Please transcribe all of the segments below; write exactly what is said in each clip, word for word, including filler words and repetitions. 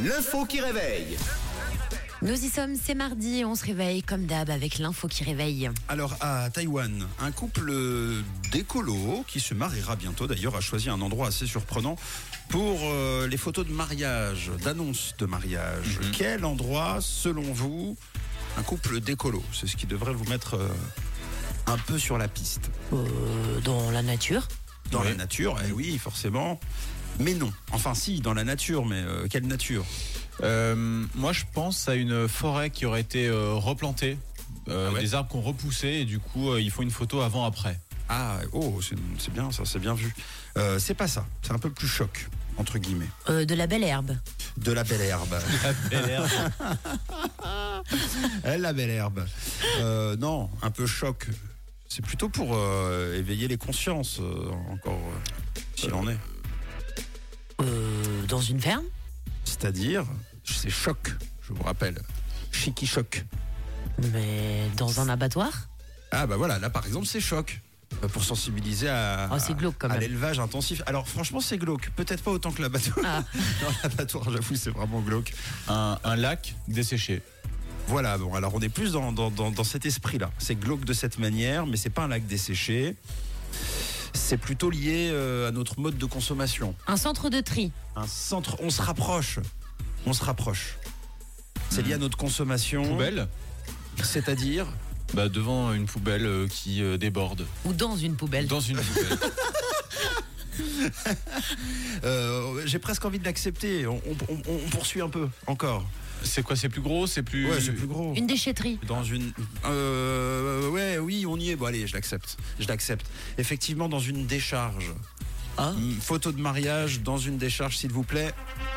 L'info qui réveille. Nous y sommes, c'est mardi, on se réveille comme d'hab avec l'info qui réveille. Alors à Taïwan, un couple d'écolos qui se mariera bientôt d'ailleurs a choisi un endroit assez surprenant pour euh, les photos de mariage, d'annonces de mariage. Mm-hmm. Quel endroit, selon vous, un couple d'écolos? C'est ce qui devrait vous mettre euh, un peu sur la piste. Euh, dans la nature. Dans oui. la nature, eh oui, forcément. Mais non. Enfin si, dans la nature, mais euh, quelle nature? Euh, moi, je pense à une forêt qui aurait été euh, replantée, euh, ah ouais. des arbres qu'on repoussait et du coup, euh, il faut une photo avant-après. Ah, oh, c'est, c'est bien ça, c'est bien vu. Euh, c'est pas ça, c'est un peu plus choc, entre guillemets. Euh, de la belle herbe. De la belle herbe. La belle herbe. La belle herbe. Euh, non, un peu choc. C'est plutôt pour euh, éveiller les consciences, euh, encore, euh, s'il euh, en est. Euh, dans une ferme? C'est-à-dire, c'est choc, je vous rappelle. Chiqui choc. Mais dans un abattoir? Ah bah voilà, là par exemple c'est choc. Pour sensibiliser à, oh, c'est glauque, quand à même. l'élevage intensif. Alors franchement c'est glauque, peut-être pas autant que l'abattoir. Ah. Non, l'abattoir j'avoue c'est vraiment glauque. Un, un lac desséché. Voilà, bon alors on est plus dans, dans, dans, dans cet esprit-là. C'est glauque de cette manière, mais c'est pas un lac desséché. C'est plutôt lié euh, à notre mode de consommation. Un centre de tri. Un centre, on se rapproche. On se rapproche. C'est lié à notre consommation. Poubelle. C'est-à-dire bah, devant une poubelle euh, qui euh, déborde. Ou dans une poubelle. Dans une poubelle. euh, j'ai presque envie de l'accepter. On, on, on, on poursuit un peu, encore. C'est quoi? C'est plus gros? C'est plus... Ouais, c'est plus gros. Une déchetterie. Dans une... Euh, ouais, oui, on y est. Bon, allez, je l'accepte. Je l'accepte. Effectivement, dans une décharge. Ah. Photo de mariage dans une décharge, s'il vous plaît.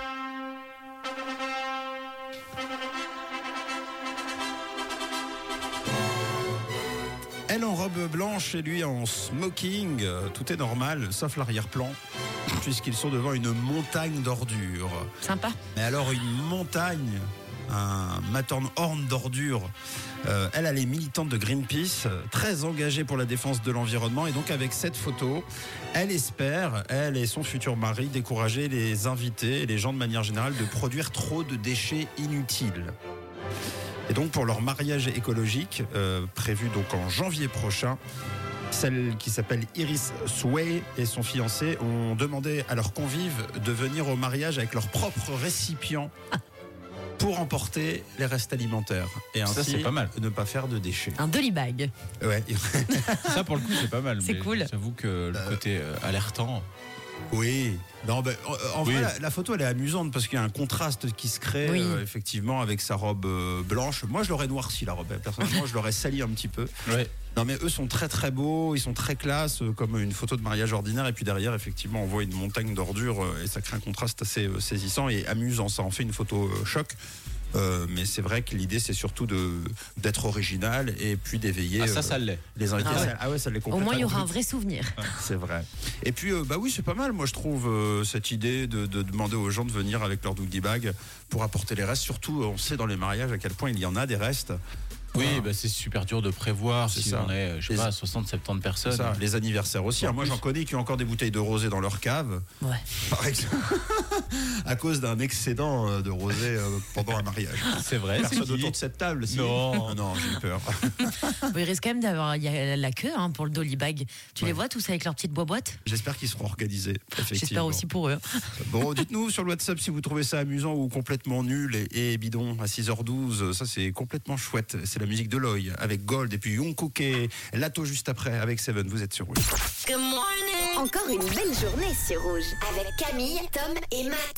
Elle en robe blanche et lui en smoking. Tout est normal, sauf l'arrière-plan, puisqu'ils sont devant une montagne d'ordures. Sympa. Mais alors une montagne, un Matterhorn d'ordures. Euh, elle, elle est militante de Greenpeace, très engagée pour la défense de l'environnement. Et donc avec cette photo, elle espère, elle et son futur mari, décourager les invités et les gens de manière générale de produire trop de déchets inutiles. Et donc pour leur mariage écologique, euh, prévu donc en janvier prochain, celle qui s'appelle Iris Sway et son fiancé ont demandé à leurs convives de venir au mariage avec leur propre récipient pour emporter les restes alimentaires. Et ainsi, ça, c'est pas mal. Ne pas faire de déchets. Un dolly bag. Ouais. Ça, pour le coup, c'est pas mal. C'est mais cool. J'avoue que le côté euh, alertant... Oui, non, ben, en, en oui. vrai, la, la photo elle est amusante parce qu'il y a un contraste qui se crée oui. euh, effectivement avec sa robe euh, blanche. Moi, je l'aurais noirci la robe. Personnellement, je l'aurais sali un petit peu. Ouais. Non, mais eux sont très très beaux, ils sont très classe, euh, comme une photo de mariage ordinaire. Et puis derrière, effectivement, on voit une montagne d'ordures euh, et ça crée un contraste assez euh, saisissant et amusant. Ça en fait une photo euh, choc. Euh, mais c'est vrai que l'idée c'est surtout de d'être original et puis d'éveiller ah ça euh, ça l'est les invités. Ah ouais, ah ouais ça l'est complètement. Au moins il y aura un vrai souvenir. C'est vrai. Et puis euh, bah oui c'est pas mal moi je trouve euh, cette idée de, de demander aux gens de venir avec leur doggy bag pour apporter les restes. Surtout on sait dans les mariages à quel point il y en a des restes. Oui, bah c'est super dur de prévoir si on est, je sais les, pas, soixante, soixante personnes. Ça, les anniversaires aussi. Alors moi, j'en connais qui ont encore des bouteilles de rosé dans leur cave. Ouais. Par exemple. À cause d'un excédent de rosé pendant un mariage. C'est vrai. Personne c'est autour de cette table. Si. Non. Non, j'ai peur. Bon, il risque quand même d'avoir, il y a la queue hein, pour le dolly bag. Tu ouais. les vois tous avec leurs petites boîtes? J'espère qu'ils seront organisés. J'espère aussi pour eux. Bon, dites-nous sur le WhatsApp si vous trouvez ça amusant ou complètement nul et, et bidon à six heures douze. Ça, c'est complètement chouette. C'est la musique de Loy avec Gold et puis Jungkook et Lato juste après avec Seven. Vous êtes sur Rouge. Encore une belle journée sur Rouge avec Camille, Tom et Matt.